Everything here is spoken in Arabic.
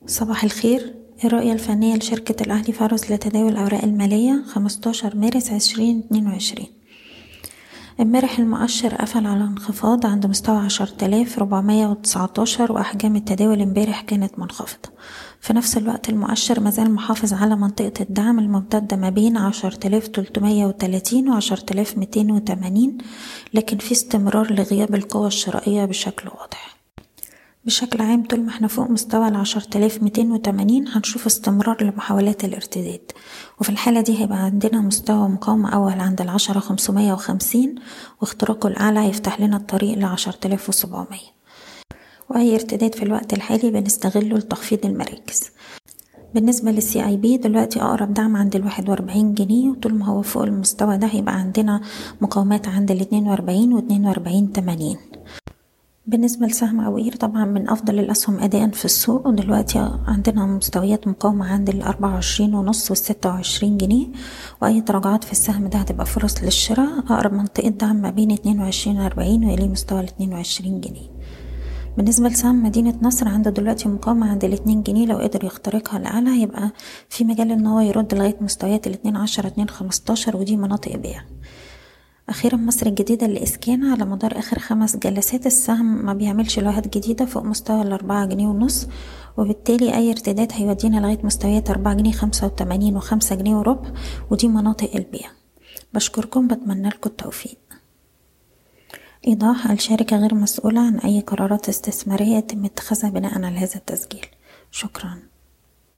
صباح الخير. الرؤية الفنية لشركة الأهلي فارس لتداول الأوراق المالية 15 مارس 2022. امبارح المؤشر قفل على انخفاض عند مستوى 10,419 وأحجام التداول امبارح كانت منخفضة. في نفس الوقت المؤشر مازال محافظ على منطقة الدعم الممتدة ما بين 10,330 و 10,280، لكن في استمرار لغياب القوى الشرائية بشكل واضح. بشكل عام طول ما احنا فوق مستوى 10,280 هنشوف استمرار لمحاولات الارتداد، وفي الحالة دي هيبقى عندنا مستوى مقاومة أول عند 10,550 واختراقه الأعلى هيفتح لنا الطريق 10,700، وأي ارتداد في الوقت الحالي بنستغله لتخفيض المراكز. بالنسبة للسي اي بي دلوقتي أقرب دعم عند 41 جنيه، وطول ما هو فوق المستوى ده هيبقى عندنا مقاومات عند 42 و 42.80. بالنسبة لسهم عوير طبعا من أفضل الأسهم أداء في السوق، ودلوقتي عندنا مستويات مقاومة عند 24.5 و 26 جنيه، وأي تراجعات في السهم ده هتبقى فرص للشراء. أقرب منطقة دعم ما بين 22 و 40 ويلي مستوى 22 جنيه. بالنسبة لسهم مدينة نصر عنده دلوقتي مقاومة عند 2 جنيه، لو قدر يخترقها لأعلى هيبقى في مجال ان هو يرد لغاية مستويات 2.10 2.15، ودي مناطق بيع. أخيرا مصر الجديدة لإسكان على مدار آخر 5 جلسات السهم ما بيعملش لوهات جديدة فوق مستوى 4 جنيه ونص، وبالتالي أي ارتداد هيودينا لغاية مستويات 4 جنيه 85 و 5 جنيه وربع، ودي مناطق البيع. بشكركم، بتمنى لكم التوفيق. إيضاح: الشركة غير مسؤولة عن أي قرارات استثمارية يتم اتخاذها بناء على هذا التسجيل. شكرا.